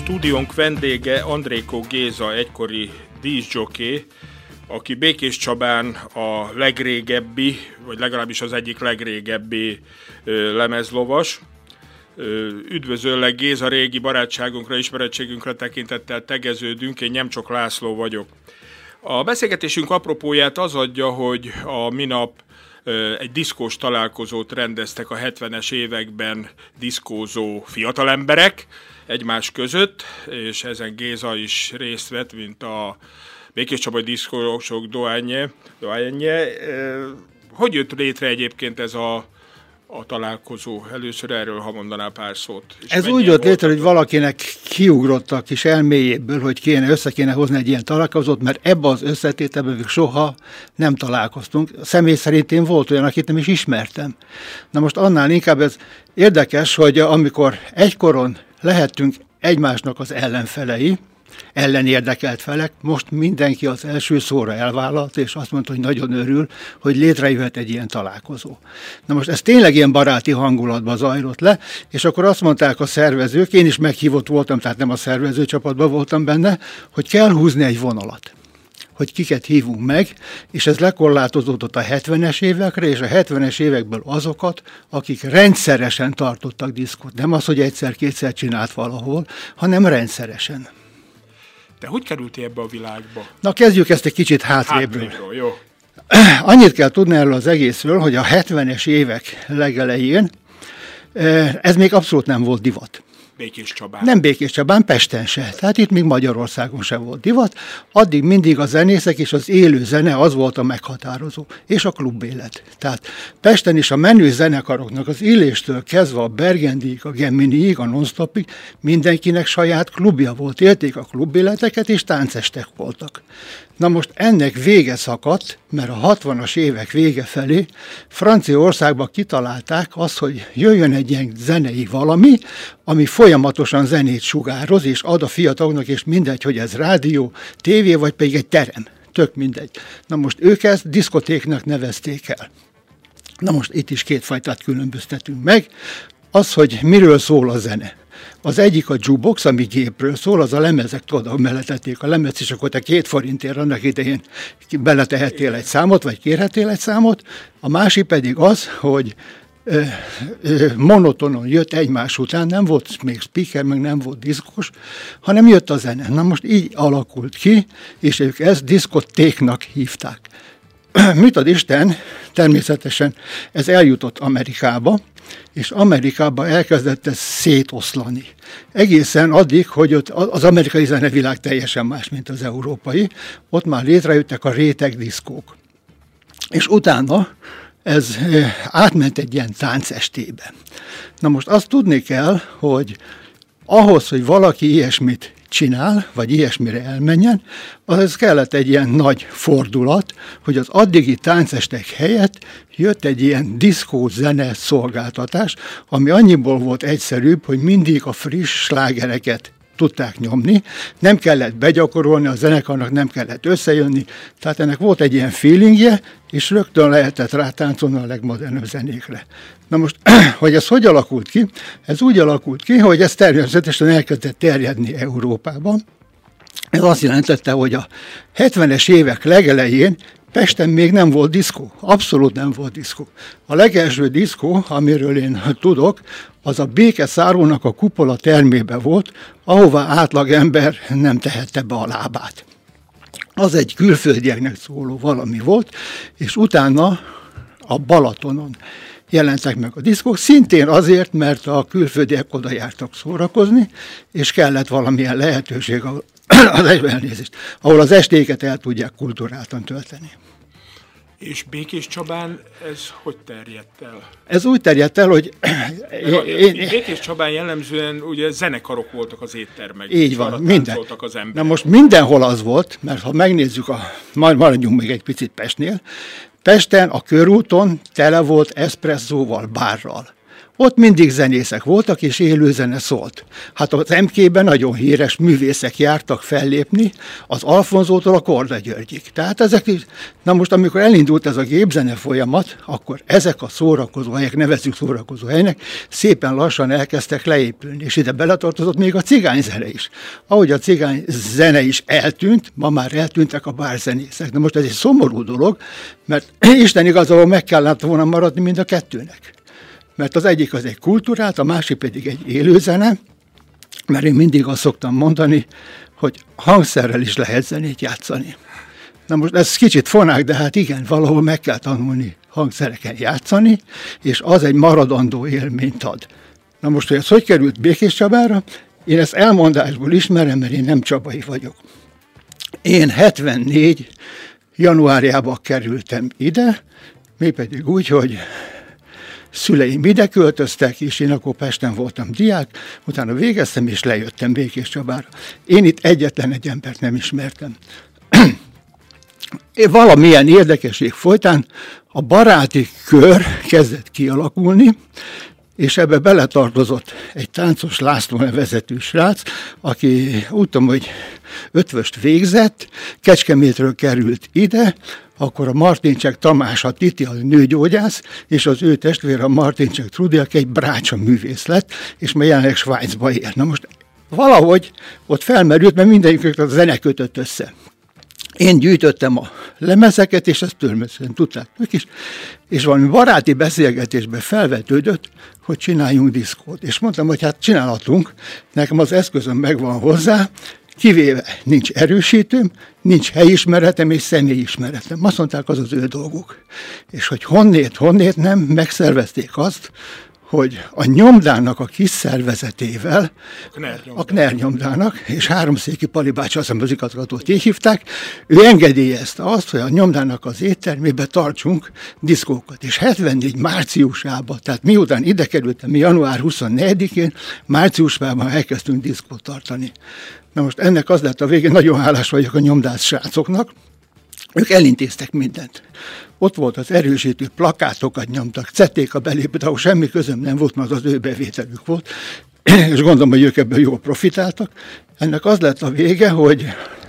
Stúdiónk vendége Andrékó Géza, egykori díszjockey, aki Békés Csabán a legrégebbi, vagy legalábbis az egyik legrégebbi lemezlovas. Üdvözöllek Géza, régi barátságunkra, ismerettségünkre tekintettel tegeződünk, én Nyemcsok László vagyok. A beszélgetésünk apropóját az adja, hogy a minap egy diszkós találkozót rendeztek a 70-es években diszkózó fiatalemberek egymás között, és ezen Géza is részt vett, mint a Békés Csabai diszkósok doyenje. Hogy jött létre egyébként ez a találkozó? Először erről, ha mondanál pár szót. Ez úgy jött létre, hogy valakinek kiugrott a kis elméjéből, hogy össze kéne hozni egy ilyen találkozót, mert ebben az összetételben még soha nem találkoztunk. Személy szerint én volt olyan, akit nem is ismertem. Na most annál inkább ez érdekes, hogy amikor egykoron lehettünk egymásnak az ellenfelei, ellenérdekelt felek, most mindenki az első szóra elvállalt, és azt mondta, hogy nagyon örül, hogy létrejöhet egy ilyen találkozó. Na most ez tényleg ilyen baráti hangulatban zajlott le, és akkor azt mondták a szervezők, én is meghívott voltam, tehát nem a szervező csapatban voltam benne, hogy kell húzni egy vonalat, hogy kiket hívunk meg, és ez lekorlátozódott a 70-es évekre, és a 70-es évekből azokat, akik rendszeresen tartottak diszkót. Nem az, hogy egyszer-kétszer csinált valahol, hanem rendszeresen. Te hogy kerültél ebbe a világba? Na, kezdjük ezt egy kicsit hátrébről. Jó. Annyit kell tudni erről az egészről, hogy a 70-es évek legelején ez még abszolút nem volt divat. Békés Csabán. Nem Békés Csabán, Pesten se. Tehát itt még Magyarországon sem volt divat. Addig mindig a zenészek és az élő zene az volt a meghatározó. És a klubélet. Tehát Pesten is a menő zenekaroknak az Illéstől kezdve a Bergendiig, a Geminiig, a Nonstopig mindenkinek saját klubja volt. Élték a klubéleteket és táncestek voltak. Na most ennek vége szakadt, mert a 60-as évek vége felé Franciaországban kitalálták azt, hogy jöjjön egy ilyen zenei valami, ami folyamatosan zenét sugároz, és ad a fiataloknak, és mindegy, hogy ez rádió, tévé, vagy pedig egy terem. Tök mindegy. Na most ők ezt diszkotéknak nevezték el. Na most itt is kétfajtát különböztetünk meg. Az, hogy miről szól a zene. Az egyik a jukebox, ami gépről szól, az a lemezek, tudod, mellettették a lemez, és akkor te 2 forintért annak idején beletehettél egy számot, vagy kérhetél egy számot. A másik pedig az, hogy monotonon jött egymás után, nem volt még speaker, meg nem volt diszkos, hanem jött a zene. Na most így alakult ki, és ők ezt diszkotéknak hívták. Mit ad Isten? Természetesen ez eljutott Amerikába, és Amerikában elkezdett ez szétoszlani. Egészen addig, hogy ott az amerikai zenevilág teljesen más, mint az európai, ott már létrejöttek a rétegdiszkók. És utána ez átment egy ilyen táncestébe. Na most azt tudni kell, hogy ahhoz, hogy valaki ilyesmit csinál, vagy ilyesmire elmenjen, az kellett egy ilyen nagy fordulat, hogy az addigi táncestek helyett jött egy ilyen diszkó zene szolgáltatás, ami annyiból volt egyszerűbb, hogy mindig a friss slágereket tudták nyomni, nem kellett begyakorolni, a zenekarnak nem kellett összejönni, tehát ennek volt egy ilyen feelingje, és rögtön lehetett rátáncolni a legmodernebb zenékre. Na most, hogy ez hogy alakult ki? Ez úgy alakult ki, hogy ez természetesen elkezdett terjedni Európában. Ez azt jelentette, hogy a 70-es évek legelején Pesten még nem volt diszkó, abszolút nem volt diszkó. A legelső diszkó, amiről én tudok, az a Békeszárónak a kupola termébe volt, ahová átlagember nem tehette be a lábát. Az egy külföldieknek szóló valami volt, és utána a Balatonon jelentek meg a diszkók, szintén azért, mert a külföldiek oda jártak szórakozni, és kellett valamilyen lehetőség, ahol az estéket el tudják kulturáltan tölteni. És Békés Csabán ez hogy terjedt el? Ez úgy terjedt el, hogy... Békés Csabán jellemzően ugye zenekarok voltak az éttermekben. Így van, minden. Az emberek. Na most mindenhol az volt, mert ha megnézzük, maradjunk még egy picit Pestnél, Pesten a körúton tele volt eszpresszóval, bárral. Ott mindig zenészek voltak, és élő zene szólt. Hát az MK-ben nagyon híres művészek jártak fellépni, az Alfonzótól a Korda Györgyig. Tehát ezek is, na most amikor elindult ez a gépzene folyamat, akkor ezek a szórakozó helyek, nevezzük szórakozó helynek, szépen lassan elkezdtek leépülni, és ide beletartozott még a cigányzene is. Ahogy a cigányzene is eltűnt, ma már eltűntek a bárzenészek. De most ez egy szomorú dolog, mert Isten igazából meg kellett volna maradni mind a kettőnek. Mert az egyik az egy kultúrát, a másik pedig egy élőzene, mert én mindig azt szoktam mondani, hogy hangszerrel is lehet zenét játszani. Na most ez kicsit fonák, de hát igen, valahol meg kell tanulni hangszereken játszani, és az egy maradandó élményt ad. Na most, hogy ez hogy került Békés Csabára, én ezt elmondásból ismerem, mert én nem csabai vagyok. Én 74 januárjában kerültem ide, mégpedig úgy, hogy szüleim ide költöztek, és én akkor Pesten voltam diák, utána végeztem, és lejöttem Békés Csabára. Én itt egyetlen egy embert nem ismertem. Valamilyen érdekesség folytán a baráti kör kezdett kialakulni, és ebbe beletartozott egy Táncos László nevezetű srác, aki úgy tudom, hogy ötvöst végzett, Kecskemétről került ide, akkor a Martincsek Tamás, a Titi, a nőgyógyász, és az ő testvére, a Martincsek Trudi, aki egy brácsa művész lett, és ma jelenleg Svájcba él. Na most valahogy ott felmerült, mert mindenjüket a zene kötött össze. Én gyűjtöttem a lemezeket, és ezt természetesen tudták ők is, és valami baráti beszélgetésben felvetődött, hogy csináljunk diszkót. És mondtam, hogy hát csinálhatunk, nekem az eszközöm megvan hozzá, kivéve nincs erősítőm, nincs helyismeretem és személyismeretem. Azt mondták, az az ő dolguk. És hogy honnét nem, megszervezték azt, hogy a nyomdának a kis szervezetével, a Kner nyomdának, és Háromszéki Pali bácsi, azt hiszem az igazgatót így hívták, ő engedélyezte azt, hogy a nyomdának az éttermében tartsunk diszkókat. És 74 márciusában, tehát miután ide kerültem, mi január 24-én, márciusban elkezdtünk diszkót tartani. Na most ennek az lett a végén, nagyon hálás vagyok a nyomdász srácoknak, ők elintéztek mindent. Ott volt az erősítő, plakátokat nyomtak, szedték a belépőt, ahol semmi közöm nem volt, mert az ő bevételük volt, és gondolom, hogy ők ebből jól profitáltak. Ennek az lett a vége, hogy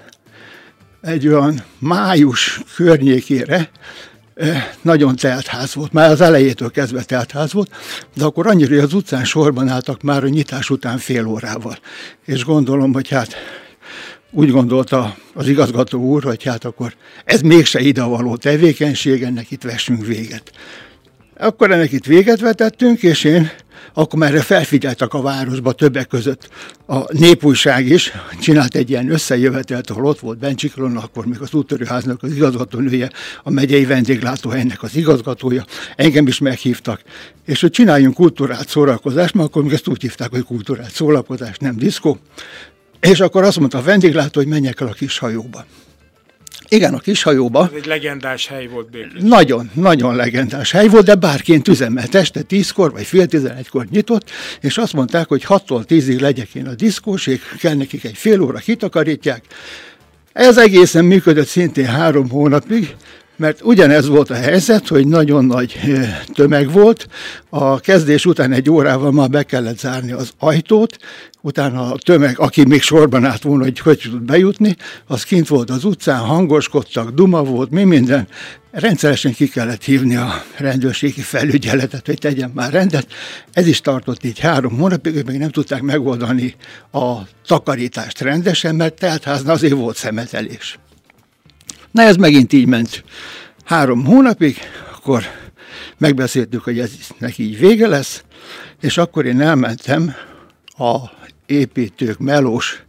egy olyan május környékére nagyon teltház volt, már az elejétől kezdve teltház volt, de akkor annyira, hogy az utcán sorban álltak már a nyitás után fél órával. És gondolom, hogy hát úgy gondolta az igazgató úr, hogy hát akkor ez mégse idevaló tevékenység, ennek itt vessünk véget. Akkor ennek itt véget vetettünk, és én akkor már felfigyeltek a városba, többek között a Népújság is, csinált egy ilyen összejövetelt, ahol ott volt Bencsi Klona, akkor még az úttörőháznak az igazgatónője, a megyei vendéglátóhelynek az igazgatója, engem is meghívtak, és hogy csináljunk kulturált szórakozást, mert akkor még ezt úgy hívták, hogy kulturált szórakozás, nem diszkó. És akkor azt mondta a vendéglátó, hogy menjek el a Kishajóba. Igen, a Kishajóba. Ez egy legendás hely volt Békés. Nagyon, nagyon legendás hely volt, de bárként üzemelt este 10-kor vagy fél 11-kor nyitott, és azt mondták, hogy 6-tól 10-ig legyek én a diszkóség, kell nekik egy fél óra, kitakarítják. Ez egészen működött szintén 3 hónapig, mert ugyanez volt a helyzet, hogy nagyon nagy tömeg volt, a kezdés után 1 órával már be kellett zárni az ajtót, utána a tömeg, aki még sorban állt volna, hogy tud bejutni, az kint volt az utcán, hangoskodtak, duma volt, mi minden. Rendszeresen ki kellett hívni a rendőrségi felügyeletet, hogy tegyen már rendet. Ez is tartott így 3 hónapig, ők még nem tudták megoldani a takarítást rendesen, mert teltháznál azért volt szemetelés. Na ez megint így ment 3 hónapig, akkor megbeszéltük, hogy ez neki így vége lesz, és akkor én elmentem a építők melós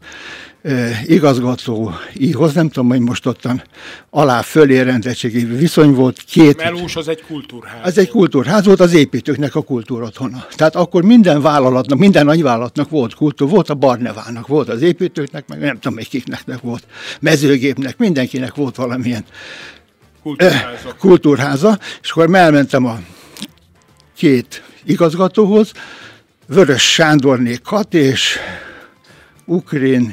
igazgatóihoz, nem tudom, hogy most ottan alá-fölé rendeltségi viszony volt. Melós az egy kultúrház. Ez egy kultúrház volt, az építőknek a kultúrotthona. Tehát akkor minden vállalatnak, minden nagyvállalatnak volt kultúr, volt a Barnevának, volt az építőknek, meg nem tudom, hogy kiknek volt, mezőgépnek, mindenkinek volt valamilyen kultúrháza, és akkor elmentem a 2 igazgatóhoz, Vörös Sándorné Kat és Ukrén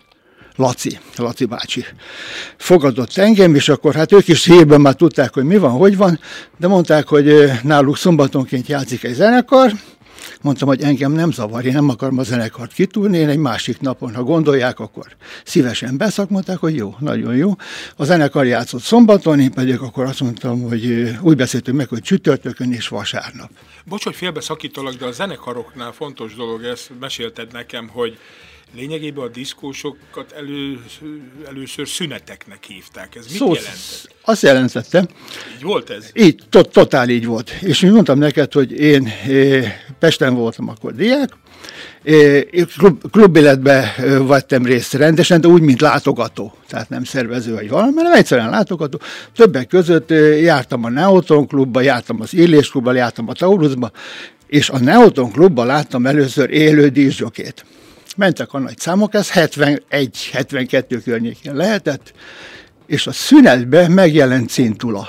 Laci bácsi fogadott engem, és akkor hát ők is hírben már tudták, hogy mi van, hogy van, de mondták, hogy náluk szombatonként játszik egy zenekar, Mondtam, hogy engem nem zavar, én nem akarom a zenekart kitúrni, én egy másik napon, ha gondolják, akkor szívesen beszakmolták, hogy jó, nagyon jó. A zenekar játszott szombaton, én pedig akkor azt mondtam, hogy úgy beszéltünk meg, hogy csütörtökön és vasárnap. Bocs, hogy félbeszakítalak, de a zenekaroknál fontos dolog, ezt mesélted nekem, hogy lényegében a diszkósokat először szüneteknek hívták. Ez mit jelentett? Azt jelentette. Így volt ez? Így, totál így volt. És mondtam neked, hogy én Pesten voltam akkor diák, klubéletbe vettem részt rendesen, de úgy, mint látogató. Tehát nem szervező vagy valami, hanem egyszerűen látogató. Többek között jártam a Neoton klubba, jártam az Illés klubba, jártam a Taurusba, és a Neoton klubban láttam először élő diszjokét. Mentek a nagy számok, ez 71-72 környékén lehetett, és a szünetben megjelent Cintula.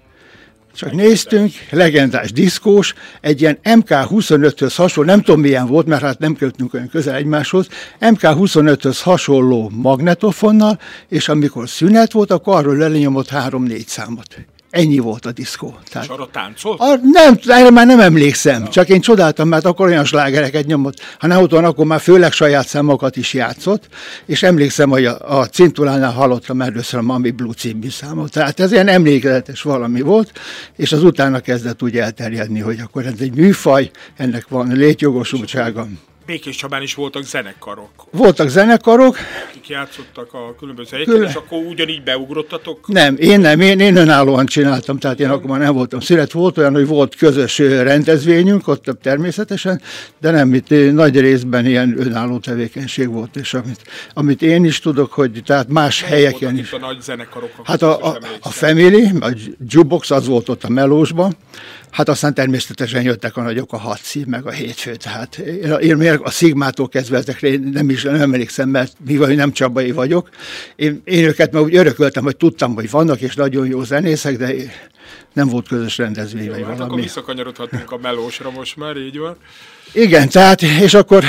Csak néztünk, legendás diszkós, egy ilyen MK25-höz hasonló, nem tudom milyen volt, mert hát nem kerültünk olyan közel egymáshoz, MK25-höz hasonló magnetofonnal, és amikor szünet volt, akkor arról elnyomott 3-4 számot. Ennyi volt a diszkó. És arra táncolt? Nem, erre már nem emlékszem. Csak én csodáltam, mert akkor olyan slágereket nyomott. Ha Neoton, akkor már főleg saját számokat is játszott, és emlékszem, hogy a Cintulánál hallottam először a Mami Blue című számot. Tehát ez ilyen emlékezetes valami volt, és az utána kezdett úgy elterjedni, hogy akkor ez egy műfaj, ennek van létjogosultsága. Békés Csabán is voltak zenekarok. Voltak zenekarok. Akik játszottak a különböző helyeken, és akkor ugyanígy beugrottatok? Nem, én önállóan csináltam, tehát én akkor már nem voltam szület. Volt olyan, hogy volt közös rendezvényünk, ott természetesen, de nem, itt nagy részben ilyen önálló tevékenység volt, és amit én is tudok, hogy tehát más helyeken is. A nagy zenekarok? Hát a Family, a Jukebox, az volt ott a Melósban. Hát aztán természetesen jöttek a nagyok, a Hatszi, meg a Hétfő. Tehát én a Szigmától kezdve ezekre nem emlékszem, mert mivel nem csabai vagyok. Én őket már úgy örököltem, hogy tudtam, hogy vannak, és nagyon jó zenészek, de nem volt közös rendezvény, vagy valami. Akkor visszakanyarodhatunk a Melósra most már, így van. Igen, tehát, és akkor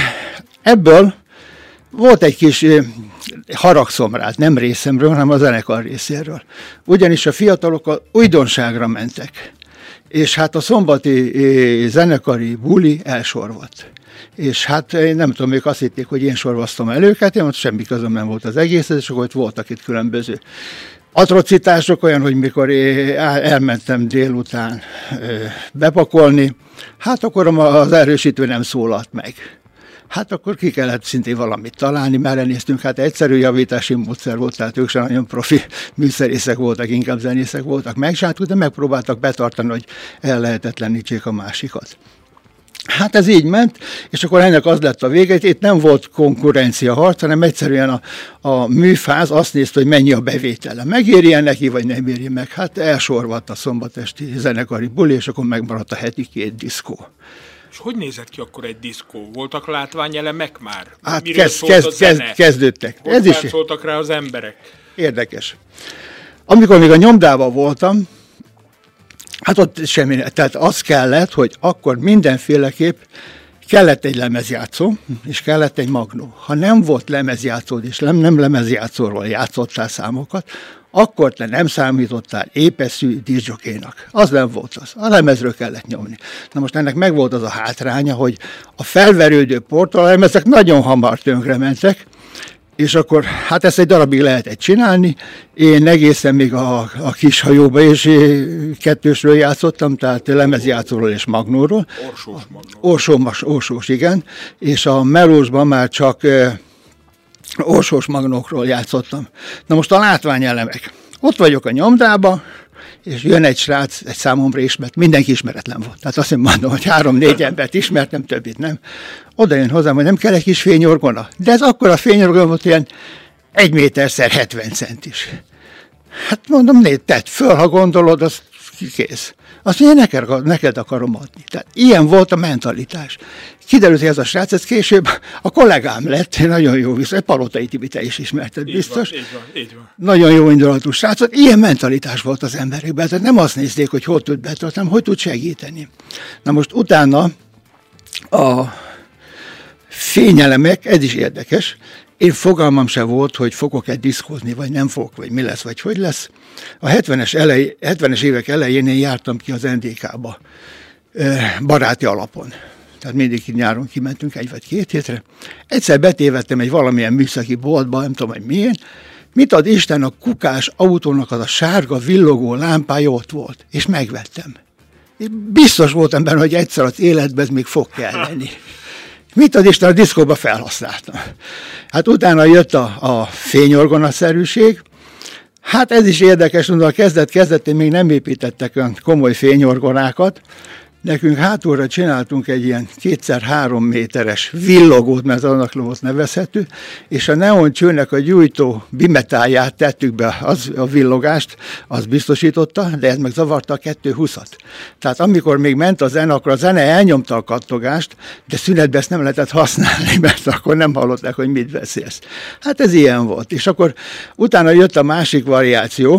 ebből volt egy kis haragszomrát, nem részemről, hanem a zenekar részéről. Ugyanis a fiatalok a újdonságra mentek. És hát a szombati zenekari buli elsorvadt. És hát én nem tudom, ők azt hitték, hogy én sorvaztam el őket, én semmi közöm nem volt az egészhez, és akkor voltak itt különböző atrocitások, olyan, hogy mikor elmentem délután bepakolni, hát akkor az erősítő nem szólalt meg. Hát akkor ki kellett szintén valamit találni, mert elnéztünk, hát egyszerű javítási módszer volt, tehát ők sem nagyon profi műszerészek voltak, inkább zenészek voltak, de megpróbáltak betartani, hogy ellehetetlenítsék a másikat. Hát ez így ment, és akkor ennek az lett a vége, itt nem volt konkurencia harc, hanem egyszerűen a műfáz azt nézte, hogy mennyi a bevétele. Megéri neki, vagy nem éri meg? Hát elsorvadt a szombatesti zenekari buli, és akkor megmaradt a heti 2 diszkó. És hogy nézett ki akkor egy diszkó? Voltak látványelemek már? Hát kezdődtek. Hogy szóltak rá az emberek? Érdekes. Amikor még a nyomdában voltam, hát ott semmi, tehát az kellett, hogy akkor mindenféleképp kellett egy lemezjátszó, és kellett egy magnó. Ha nem volt lemezjátszód, és nem lemezjátszóról játszottál számokat, akkor te nem számítottál épeszű diszjokénak. Az nem volt az. A lemezről kellett nyomni. Na most ennek megvolt az a hátránya, hogy a felverődő portalemezek nagyon hamar tönkrementek, és akkor hát ezt egy darabig lehetett csinálni. Én egészen még a kis hajóba is 2-ösről játszottam, tehát lemezjátszóról és magnóról. Orsós magnó. Orsós, igen. És a Melósban már csak orsós magnókról játszottam. Na most a látványelemek. Ott vagyok a nyomdába, és jön egy srác, egy számomra ismert, mindenki ismeretlen volt. Tehát azt mondom, hogy 3-4 embert ismertem, többit nem. Oda jön hozzám, hogy nem kell egy kis fényorgona. De ez akkor a fényorgona volt ilyen 1 méterszer 70 centis. Hát mondom, tedd föl, ha gondolod, az kész. Azt mondja, neked akarom adni. Tehát ilyen volt a mentalitás. Kiderült, hogy ez a srác, ez később a kollégám lett, nagyon jó viszony, Palotai Tibi, te is ismerted biztos. Így van. Nagyon jó indulatú srác, ilyen mentalitás volt az emberekben, tehát nem azt nézték, hogy hol tud betartani, hogy tud segíteni. Na most utána a fényelemek, ez is érdekes, én fogalmam se volt, hogy fogok-e diszkózni, vagy nem fogok, vagy mi lesz, vagy hogy lesz. A 70-es évek elején én jártam ki az NDK-ba baráti alapon. tehát mindig nyáron kimentünk 1 vagy 2 hétre. Egyszer betévedtem egy valamilyen műszaki boltba, nem tudom, hogy milyen, mit ad Isten, a kukás autónak az a sárga villogó lámpája ott volt, és megvettem. Én biztos voltam benne, hogy egyszer az életben ez még fog kelleni. Mit ad Isten, a diszkóba felhasználtam. Hát utána jött a fényorgonaszerűség. Hát ez is érdekes, mondom, a kezdetén még nem építettek olyan komoly fényorgonákat. Nekünk hátulra csináltunk egy ilyen 2x3 méteres villogót, mert annak volt nevezhető, és a neoncsőnek a gyújtó bimetáját tettük be, az a villogást, az biztosította, de ez meg zavarta a 220-at. Tehát amikor még ment a zene, akkor a zene elnyomta a kattogást, de szünetben ezt nem lehetett használni, mert akkor nem hallották, hogy mit beszélsz. Hát ez ilyen volt. És akkor utána jött a másik variáció,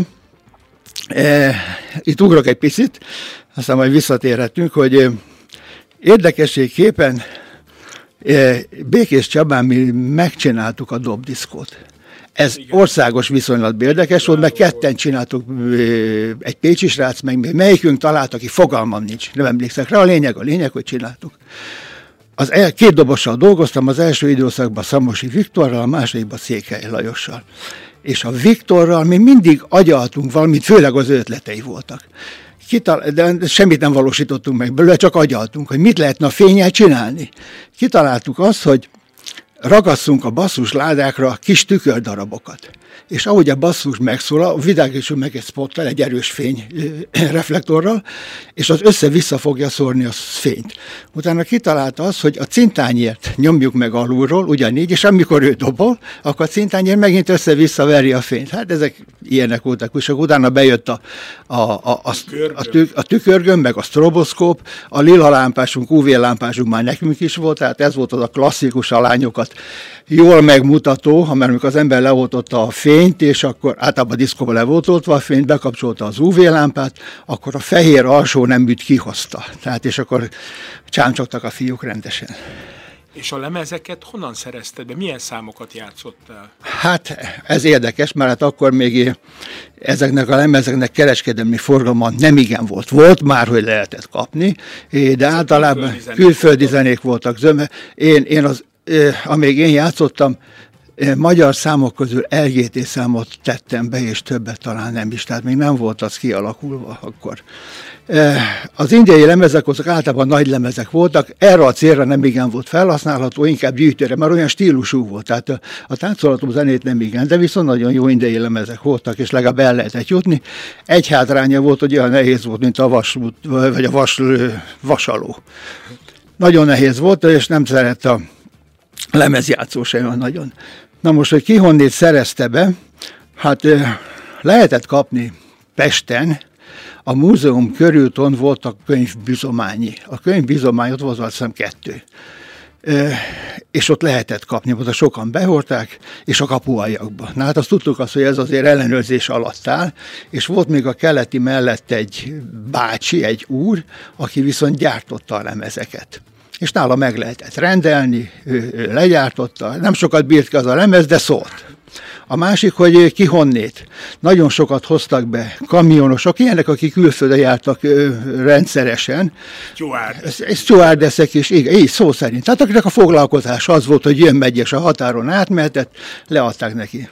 itt ugrok egy picit, aztán majd visszatérhetünk, hogy érdekességképpen Békés Csabán mi megcsináltuk a dobdiszkót. Ez országos viszonylatban érdekes volt, meg ketten csináltuk, egy pécsi srác, meg melyikünk talált, aki fogalmam nincs, nem emlékszek rá, a lényeg, hogy csináltuk. Két dobossal dolgoztam, az első időszakban Szamosi Viktorral, a másodikban Székely Lajossal. És a Viktorral mi mindig agyaltunk valamit, főleg az ötletei voltak. De semmit nem valósítottunk meg belőle, csak agyaltunk, hogy mit lehetne a fénnyel csinálni. Kitaláltuk azt, hogy ragasszunk a basszusládákra kis tükördarabokat. És ahogy a basszus megszólal, világítsuk meg egy spottal, egy erős fény reflektorral, és az össze-vissza fogja szórni a fényt. Utána kitalálta azt, hogy a cintányért nyomjuk meg alulról, ugyanígy, és amikor ő dobol, akkor a cintányért megint össze-vissza veri a fényt. Hát ezek ilyenek voltak, és utána bejött a tükörgöm, meg a stroboszkóp, a lila lámpásunk, UV lámpásunk már nekünk is volt, tehát ez volt az a klasszikus, a lányokat jól megmutató, mert amikor az ember leoltotta a fényt, és akkor általában a diszkóban le volt oltva a fényt, bekapcsolta az UV lámpát, akkor a fehér alsó neműt kihozta. Tehát és akkor csámcsogtak a fiúk rendesen. És a lemezeket honnan szerezted be? Milyen számokat játszottál? Hát ez érdekes, mert hát akkor még ezeknek a lemezeknek kereskedelmi forgalma nem igen volt. Volt már, hogy lehetett kapni, de általában külföldi zenék voltak. Amíg én játszottam, magyar számok közül LGT számot tettem be, és többet talán nem is, tehát még nem volt az kialakulva akkor. Az indiai lemezek azok általában nagy lemezek voltak, erre a célra nem igen volt felhasználható, inkább gyűjtőre, mert olyan stílusú volt, tehát a táncolatú zenét nem igen, de viszont nagyon jó indiai lemezek voltak, és legalább el lehetett jutni. Egy hátránya volt, hogy olyan nehéz volt, mint a vasút, vagy a vasaló. Nagyon nehéz volt, és nem szerette a lemezjátszó sem olyan nagyon. Na most, hogy ki honnét szerezte be, hát lehetett kapni Pesten, a múzeum körülton voltak könyvbizományi. A könyvbizomány ott volt, azt hiszem 2. És ott lehetett kapni, oda sokan behordták, és a kapuajakba. Na hát azt tudtuk hogy ez azért ellenőrzés alatt áll, és volt még a keleti mellett egy bácsi, egy úr, aki viszont gyártotta a lemezeket. És nála meg lehetett rendelni, ő legyártotta, nem sokat bírt ki az a lemez, de szólt. A másik, hogy ki honnét. Nagyon sokat hoztak be kamionosok, ilyenek, akik külföldre jártak rendszeresen. Stewardessek is, igen, így szó szerint. Tehát akinek a foglalkozás az volt, hogy jön-megy, és a határon átmehetett, leadták neki.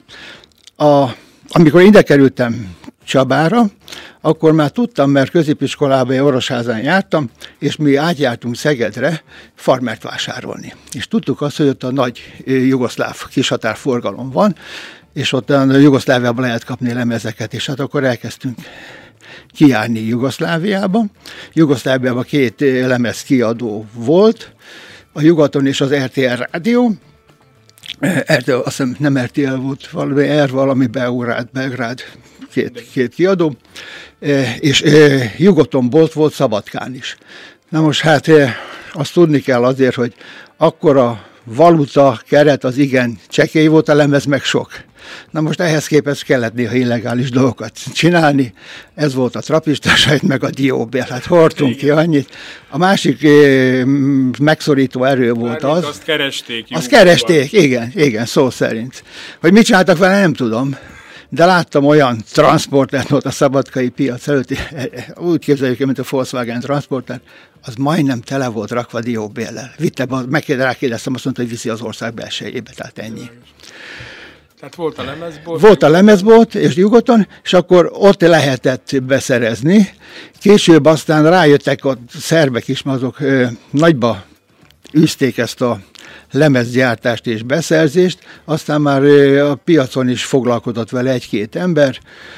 Amikor ide kerültem Csabára, akkor már tudtam, mert középiskolában, Orosházán jártam, és mi átjártunk Szegedre farmert vásárolni. És tudtuk azt, hogy ott a nagy jugoszláv kishatárforgalom van, és ott a Jugoszláviában lehet kapni lemezeket, és hát akkor elkezdtünk kijárni Jugoszláviába. Jugoszláviában 2 lemez kiadó volt, a Jugaton és az RTL Rádió. Azt hiszem nem RTL volt, valami Belgrád, két kiadó, és Jugoton volt Szabadkán is. Na most hát azt tudni kell azért, hogy akkor a valuta keret az igen csekély volt, a lemez meg sok. Na most ehhez képest kellett néha illegális dolgokat csinálni. Ez volt a trapistasajt, meg a dióbél. Hát hordtunk ki annyit. A másik megszorító erő volt az. Azt keresték. Azt keresték, igen, szó szerint. Hogy mit csináltak vele, nem tudom. de láttam olyan transportert ott a szabadkai piac előtt, úgy képzeljük, mint a Volkswagen transporter, az majdnem tele volt rakva dióbéllel. Rákérdeztem, azt mondta, hogy viszi az ország belsejébe, tehát ennyi. Tehát volt a lemezbolt? Volt a lemezbolt, és nyugodtan, és akkor ott lehetett beszerezni. Később aztán rájöttek a szerbek is, mert azok nagyba űzték ezt a lemezgyártást és beszerzést, aztán már a piacon is foglalkozott vele egy-két ember.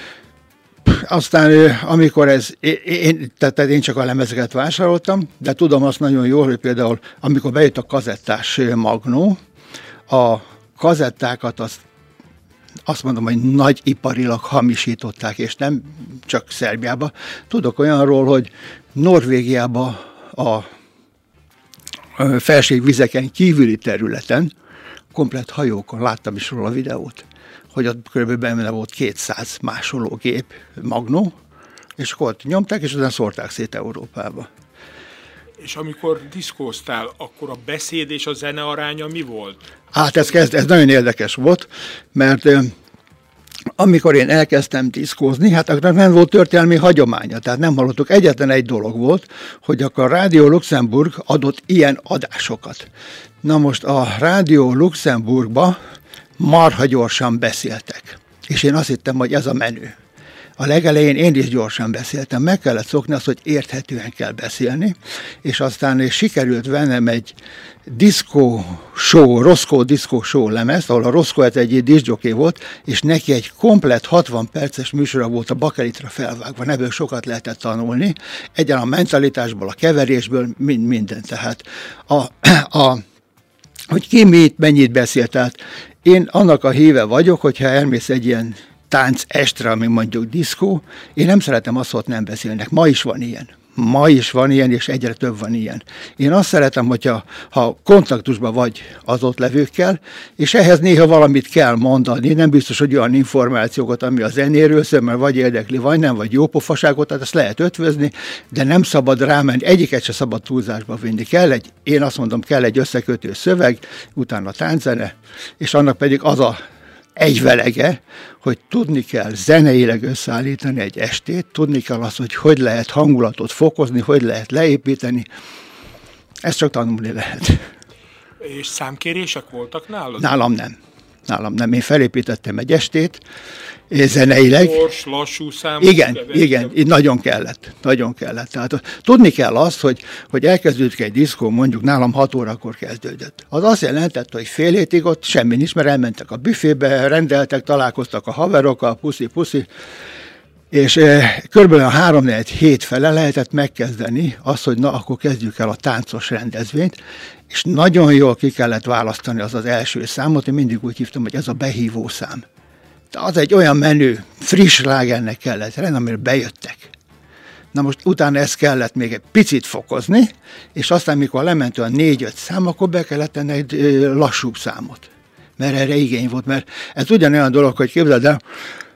Aztán amikor tehát én csak a lemezeket vásároltam, de tudom azt nagyon jól, hogy például amikor bejött a kazettás magnó, a kazettákat azt mondom, hogy nagyiparilag hamisították, és nem csak Szerbiába. Tudok olyanról, hogy Norvégiában a felségvizeken kívüli területen, komplett hajókon, láttam is róla a videót, hogy ott kb. Benne volt 200 másológép, magnó, és akkor ott nyomták, és aztán szórták szét Európába. És amikor diszkóztál, akkor a beszéd és a zene aránya mi volt? Hát ez nagyon érdekes volt, mert amikor én elkezdtem diszkózni, hát akkor nem volt történelmi hagyománya, tehát nem hallottuk. Egyetlen egy dolog volt, hogy akkor a Rádió Luxemburg adott ilyen adásokat. Na most a Rádió Luxemburgba marha gyorsan beszéltek. És én azt hittem, hogy ez a menő. A legelején én is gyorsan beszéltem, meg kellett szokni azt, hogy érthetően kell beszélni, és aztán sikerült vennem egy Roscoe Disco Show lemezt, ahol a Roscoe egy diszjockey volt, és neki egy komplett 60 perces műsora volt a bakelitra felvágva, ebből sokat lehetett tanulni, egyen a mentalitásból, a keverésből, minden. Tehát hogy ki mennyit beszélt, tehát én annak a híve vagyok, hogyha elmész egy ilyen tánc estre, ami mondjuk diszkó, én nem szeretem azt, hogy nem beszélnek. Ma is van ilyen, és egyre több van ilyen. Én azt szeretem, hogyha kontaktusban vagy az ott levőkkel, és ehhez néha valamit kell mondani, nem biztos, hogy olyan információkat, ami a zenéről szól, mert vagy érdekli, vagy nem, vagy jó pofaságot, tehát ezt lehet ötvözni, de nem szabad rámenni, egyiket se szabad túlzásba vinni. Én azt mondom, kell egy összekötő szöveg, utána tánczene, és annak pedig az a egyvelege, hogy tudni kell zeneileg összeállítani egy estét, tudni kell azt, hogy lehet hangulatot fokozni, hogy lehet leépíteni. Ezt csak tanulni lehet. És számkérések voltak nálad? Nálam nem. Én felépítettem egy estét, zeneileg. Gyors, lassú számok. Igen, így nagyon kellett. Tehát tudni kell azt, hogy elkezdődött egy diszkó, mondjuk nálam 6 órakor kezdődött. Az azt jelentett, hogy fél hétig ott semmi nincs, mert elmentek a büfébe, rendeltek, találkoztak a haverokkal, puszi, és körülbelül 3-4 hét fele lehetett megkezdeni azt, hogy na, akkor kezdjük el a táncos rendezvényt, és nagyon jól ki kellett választani az első számot, én mindig úgy hívtam, hogy ez a behívó szám. De az egy olyan menő, friss slágernek kellett lenni, amire bejöttek. Na most utána ezt kellett még egy picit fokozni, és aztán, mikor lement olyan 4-5 szám, akkor be kellett tenni egy lassúbb számot. Mert erre igény volt, mert ez ugyanolyan dolog, hogy képzeld el,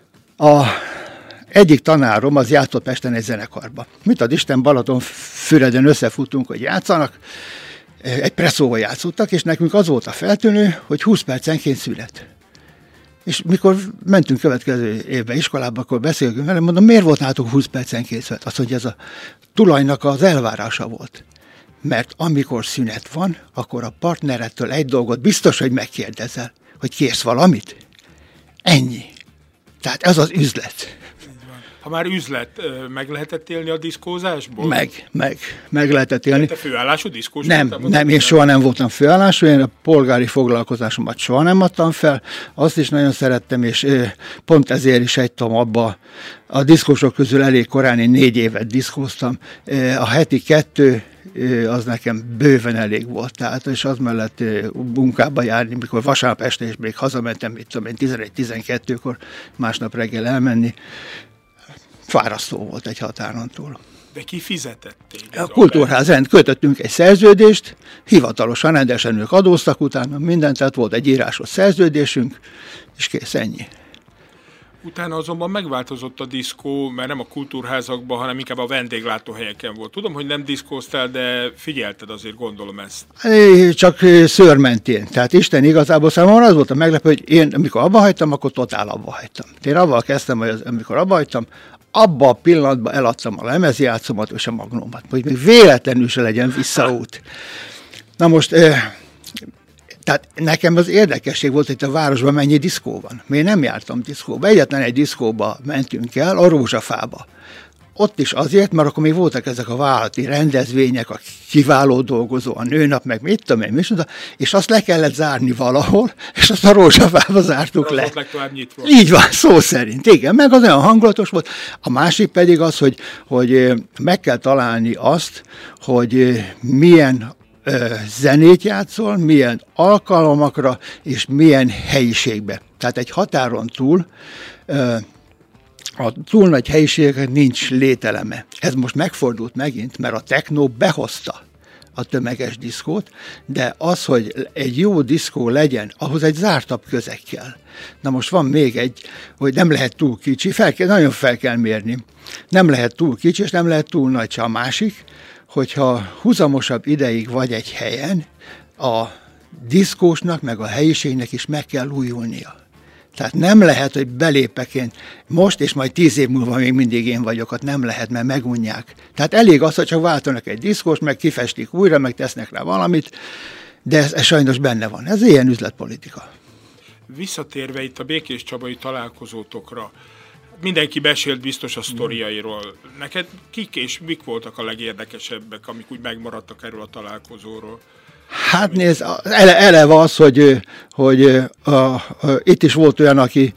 egyik tanárom az játszott Pesten egy zenekarba. Mit ad Isten, Balatonfüreden összefutunk, hogy játszanak, egy presszóval játszottak, és nekünk az volt a feltűnő, hogy 20 percenként szület. És mikor mentünk következő évben iskolába, akkor beszélünk velem, mondom, miért volt nálatok 20 percenként szület? Az, hogy ez a tulajnak az elvárása volt. Mert amikor szünet van, akkor a partnerettől egy dolgot biztos, hogy megkérdezel, hogy kérsz valamit? Ennyi. Tehát ez az üzlet. Ha már üzlet, meg lehetett élni a diszkózásból? Meg lehetett élni. Te főállású diszkós? Nem, én soha nem voltam főállású, én a polgári foglalkozásomat soha nem adtam fel, azt is nagyon szerettem, és pont ezért is hagytam abba. A diszkósok közül elég korán, én 4 évet diszkóztam, a heti 2 az nekem bőven elég volt, tehát, és az mellett munkába járni, mikor vasárnap este és még hazamentem, 11-12-kor, másnap reggel elmenni, fárasztó volt egy határon túl. De ki fizetett téged? A Kultúrház kötöttünk egy szerződést, hivatalosan, rendesen ők adóztak utána, mindent, tehát volt egy írásos szerződésünk, és kész, ennyi. Utána azonban megváltozott a diszkó, mert nem a kultúrházakban, hanem inkább a vendéglátóhelyeken volt. Tudom, hogy nem diszkóztál, de figyelted azért, gondolom ezt. Csak szőrmentén. Tehát Isten igazából számomra az volt a meglepő, hogy én amikor abba hagytam, akkor totál abba hagytam. Én avval kezdtem, hogy amikor abba hagytam, abban a pillanatban eladtam a lemezjátszómat és a magnómat, hogy még véletlenül se legyen visszaút. Na most, tehát nekem az érdekesség volt, hogy a városban mennyi diszkó van. Én nem jártam diszkóba. Egyetlen egy diszkóba mentünk el, a Rózsafába. Ott is azért, mert akkor még voltak ezek a vállalati rendezvények, a kiváló dolgozó, a nőnap, meg mit tudom én, és azt le kellett zárni valahol, és azt a Rózsafába zártuk le. Nyitva. Így van, szó szerint, igen, meg az olyan hangulatos volt. A másik pedig az, hogy meg kell találni azt, hogy milyen zenét játszol, milyen alkalmakra, és milyen helyiségbe. Tehát egy határon túl a túl nagy helyiségek nincs lételeme. Ez most megfordult megint, mert a techno behozta a tömeges diszkót, de az, hogy egy jó diszkó legyen, ahhoz egy zártabb közeg kell. Na most van még egy, hogy nem lehet túl kicsi, nagyon fel kell mérni. Nem lehet túl kicsi, és nem lehet túl nagy. A másik, hogyha huzamosabb ideig vagy egy helyen, a diszkósnak, meg a helyiségnek is meg kell újulnia. Tehát nem lehet, hogy belépek én most, és majd 10 év múlva még mindig én vagyok, ott nem lehet, mert megunják. Tehát elég az, hogy csak váltanak egy diszkóst, meg kifestik újra, meg tesznek rá valamit, de ez sajnos benne van. Ez ilyen üzletpolitika. Visszatérve itt a Békés Csabai találkozótokra, mindenki besélt biztos a sztoriairól. Neked kik és mik voltak a legérdekesebbek, amik úgy megmaradtak erről a találkozóról? Hát nézd, eleve az, hogy itt is volt olyan, aki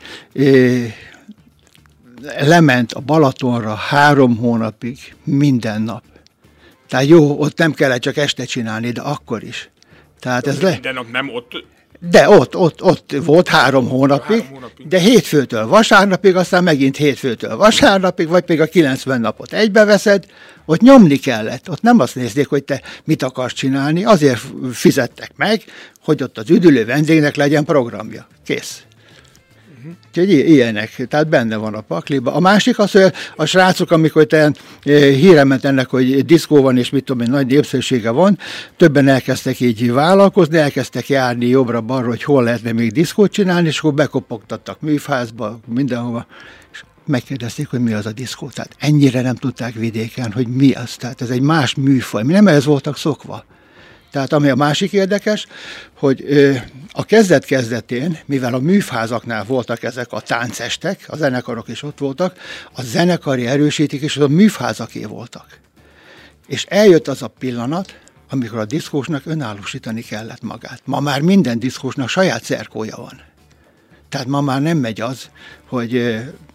lement a Balatonra 3 hónapig minden nap. Tehát jó, ott nem kellett csak este csinálni, de akkor is. Tehát ez minden nap nem ott... De ott volt 3 hónapig, de hétfőtől vasárnapig, aztán megint hétfőtől vasárnapig, vagy pedig a 90 napot egybeveszed, ott nyomni kellett. Ott nem azt nézték, hogy te mit akarsz csinálni, azért fizettek meg, hogy ott az üdülő vendégnek legyen programja. Kész. Úgyhogy ilyenek, tehát benne van a pakliba. A másik az, hogy a srácok, amikor híre ment ennek, hogy diszkó van, és mit tudom én, nagy népszerűsége van, többen elkezdtek így vállalkozni, elkezdtek járni jobbra-balra, hogy hol lehetne még diszkót csinálni, és akkor bekopogtattak műfázba, mindenhova, és megkérdezték, hogy mi az a diszkó. Tehát ennyire nem tudták vidéken, hogy mi az. Tehát ez egy más műfaj. Mi nem ehhez voltak szokva. Tehát ami a másik érdekes, hogy a kezdet-kezdetén, mivel a műfházaknál voltak ezek a táncestek, a zenekarok is ott voltak, a zenekari erősítik és a műfházaké voltak. És eljött az a pillanat, amikor a diszkósnak önállósítani kellett magát. Ma már minden diszkósnak saját szerkója van. Tehát ma már nem megy az, hogy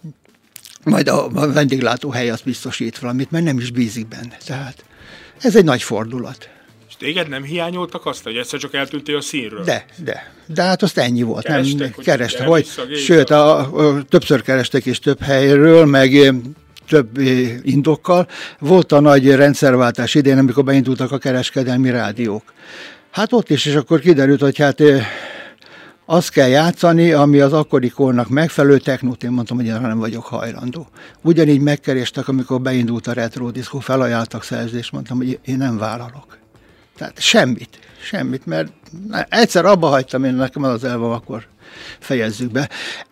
majd a vendéglátóhely azt biztosít valamit, mert nem is bízik benne. Tehát ez egy nagy fordulat. Téged nem hiányoltak azt, hogy egyszer csak eltűntél a színről? De hát azt ennyi volt. Kerestek, sőt, többször kerestek és több helyről, meg több indokkal. Volt a nagy rendszerváltás idején, amikor beindultak a kereskedelmi rádiók. Hát ott is, és akkor kiderült, hogy hát azt kell játszani, ami az akkori kornak megfelelő technót, én mondtam, hogy én nem vagyok hajlandó. Ugyanígy megkerestek, amikor beindult a retro diszkó, felajánlottak szerződést, mondtam, hogy én nem vállalok. Tehát semmit, mert egyszer abba hagytam, én nekem az elve, akkor fejezzük be.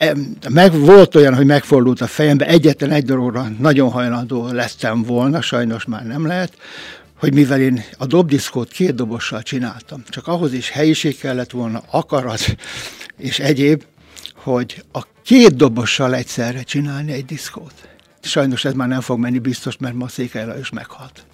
Volt olyan, hogy megfordult a fejembe, egyetlen egy dologra nagyon hajlandó lettem volna, sajnos már nem lehet, hogy mivel én a dobdiszkót 2 dobossal csináltam, csak ahhoz is helyiség kellett volna, akarat és egyéb, hogy a 2 dobossal egyszerre csinálni egy diszkót. Sajnos ez már nem fog menni biztos, mert ma Székely Lajos meghalt.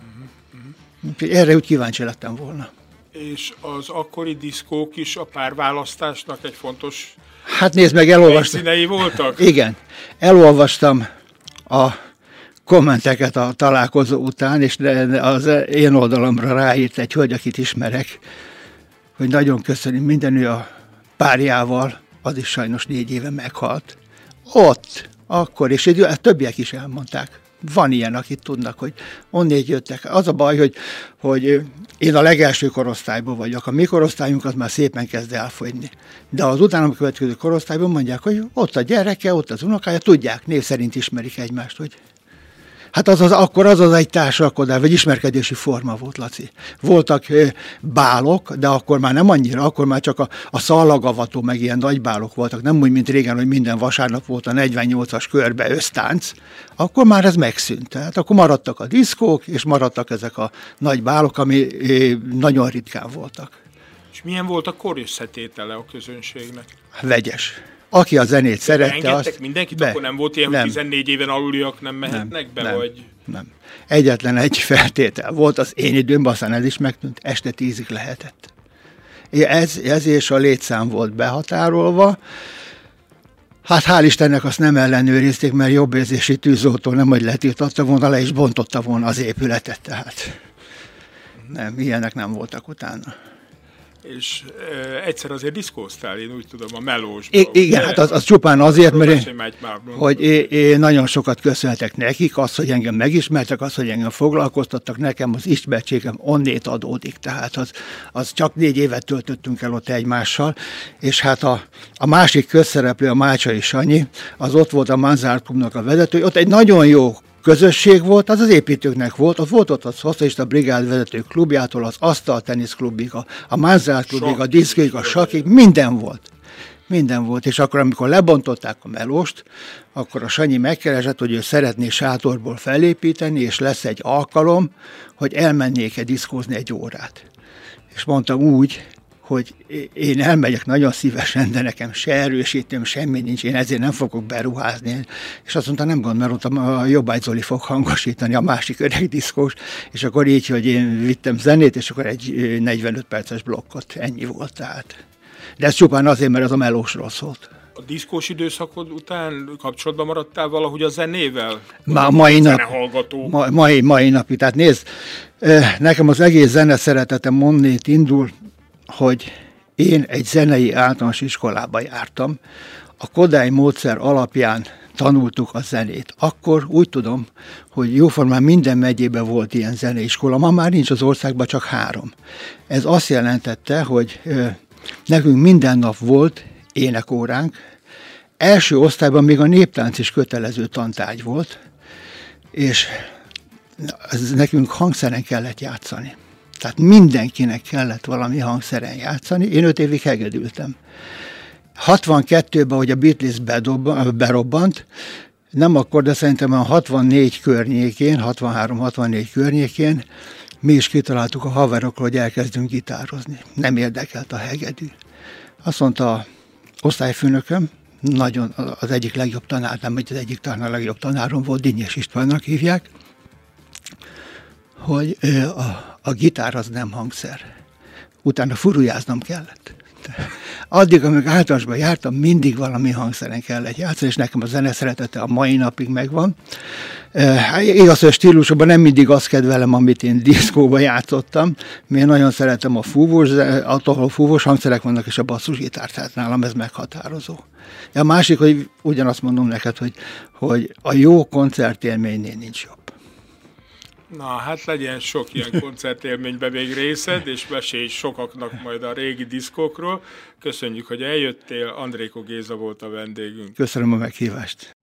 Erre úgy kíváncsi lettem volna. És az akkori diszkók is a párválasztásnak egy fontos... Hát nézd meg, elolvastam. Színei voltak? Igen. Elolvastam a kommenteket a találkozó után, és az én oldalamra ráírt egy hölgy, akit ismerek, hogy nagyon köszönöm, minden ő a párjával, az is sajnos 4 éve meghalt. Ott, akkor, és többiek is elmondták, Van ilyen, akik tudnak, hogy onnét jöttek. Az a baj, hogy én a legelső korosztályból vagyok. A mi korosztályunk az már szépen kezd elfogyni. De az utánam következő korosztályban mondják, hogy ott a gyereke, ott az unokája, tudják, név szerint ismerik egymást, hogy hát akkor az egy társalkodás, vagy ismerkedési forma volt, Laci. Voltak bálok, de akkor már nem annyira, akkor már csak a szallagavató, meg ilyen nagy bálok voltak. Nem úgy, mint régen, hogy minden vasárnap volt a 48-as körbe össztánc. Akkor már ez megszűnt. Tehát akkor maradtak a diszkók, és maradtak ezek a nagy bálok, ami nagyon ritkán voltak. És milyen volt a kor összetétele a közönségnek? Vegyes. Aki a zenét szerette, azt... mindenkit? Akkor nem volt ilyen, hogy 14 éven aluliak nem mehetnek be? Vagy... Nem. Egyetlen egy feltétel volt, az én időmben, aztán ez is megtűnt, este 10-ig lehetett. Ez és a létszám volt behatárolva. Hát hál' Istennek azt nem ellenőrizték, mert jobbérzési tűzoltó nem, hogy letiltotta volna, le is bontotta volna az épületet. Tehát nem, ilyenek nem voltak utána. És egyszer azért diszkóztál, én úgy tudom, a melósban. Igen, hát az csupán azért, mert én nagyon sokat köszönhetek nekik, azt, hogy engem megismertek, azt, hogy engem foglalkoztattak, nekem az ismertségem onnét adódik. Tehát az csak 4 évet töltöttünk el ott egymással, és hát a másik közszereplő, a Mácsai Sanyi, az ott volt a Manzárt Klubnak a vezető, ott egy nagyon jó közösség volt, az építőknek volt, ott a Szocialista Brigád vezető klubjától, az asztaltenisz klubig, a Manzárt klubig, a diszkóig, a sakig, minden volt. Minden volt, és akkor, amikor lebontották a melóst, akkor a Sanyi megkeresett, hogy ő szeretné sátorból felépíteni, és lesz egy alkalom, hogy elmennék-e diszkózni egy órát. És mondtam úgy, hogy én elmegyek nagyon szívesen, de nekem se erősítőm, semmi nincs, én ezért nem fogok beruházni. És azt mondta, nem gond, mert ott a Jobbágy Zoli fog hangosítani, a másik öreg diszkós, és akkor így, hogy én vittem zenét, és akkor egy 45 perces blokkot, ennyi volt tehát. De ez csupán azért, mert az a melósról szólt. A diszkós időszakod után kapcsolatban maradtál valahogy a zenével? Mai napig. Tehát nézd, nekem az egész zene szeretetem onnét indul, hogy én egy zenei általános iskolába jártam. A Kodály módszer alapján tanultuk a zenét. Akkor úgy tudom, hogy jóformán minden megyében volt ilyen zeneiskola, ma már nincs az országban, csak 3. Ez azt jelentette, hogy nekünk minden nap volt énekóránk. Első osztályban még a néptánc is kötelező tantárgy volt, és nekünk hangszeren kellett játszani. Tehát mindenkinek kellett valami hangszeren játszani. Én 5 évig hegedültem. 62-ben, hogy a Beatles berobbant, nem akkor, de szerintem a 64 környékén, 63-64 környékén mi is kitaláltuk a haverokról, hogy elkezdünk gitározni. Nem érdekelt a hegedű. Azt mondta az osztályfőnököm, nagyon az egyik legjobb tanár, nem hogy az egyik talán a legjobb tanárom volt, Dinnyes Istvánnak hívják, hogy a gitár az nem hangszer. Utána furujáznom kellett. Addig, amíg általánosban jártam, mindig valami hangszeren kellett játszani, és nekem a zene szeretete a mai napig megvan. Igaz, hogy a stílusokban nem mindig azt kedvelem, amit én diszkóban játszottam, mert én nagyon szeretem a fúvós, ahol fúvós hangszerek vannak, és a basszusgitár, tehát nálam ez meghatározó. A másik, hogy ugyanazt mondom neked, hogy a jó koncertélménynél nincs jobb. Na, hát legyen sok ilyen koncertélményben még részed, és mesélj sokaknak majd a régi diszkókról. Köszönjük, hogy eljöttél, Andrékó Géza volt a vendégünk. Köszönöm a meghívást.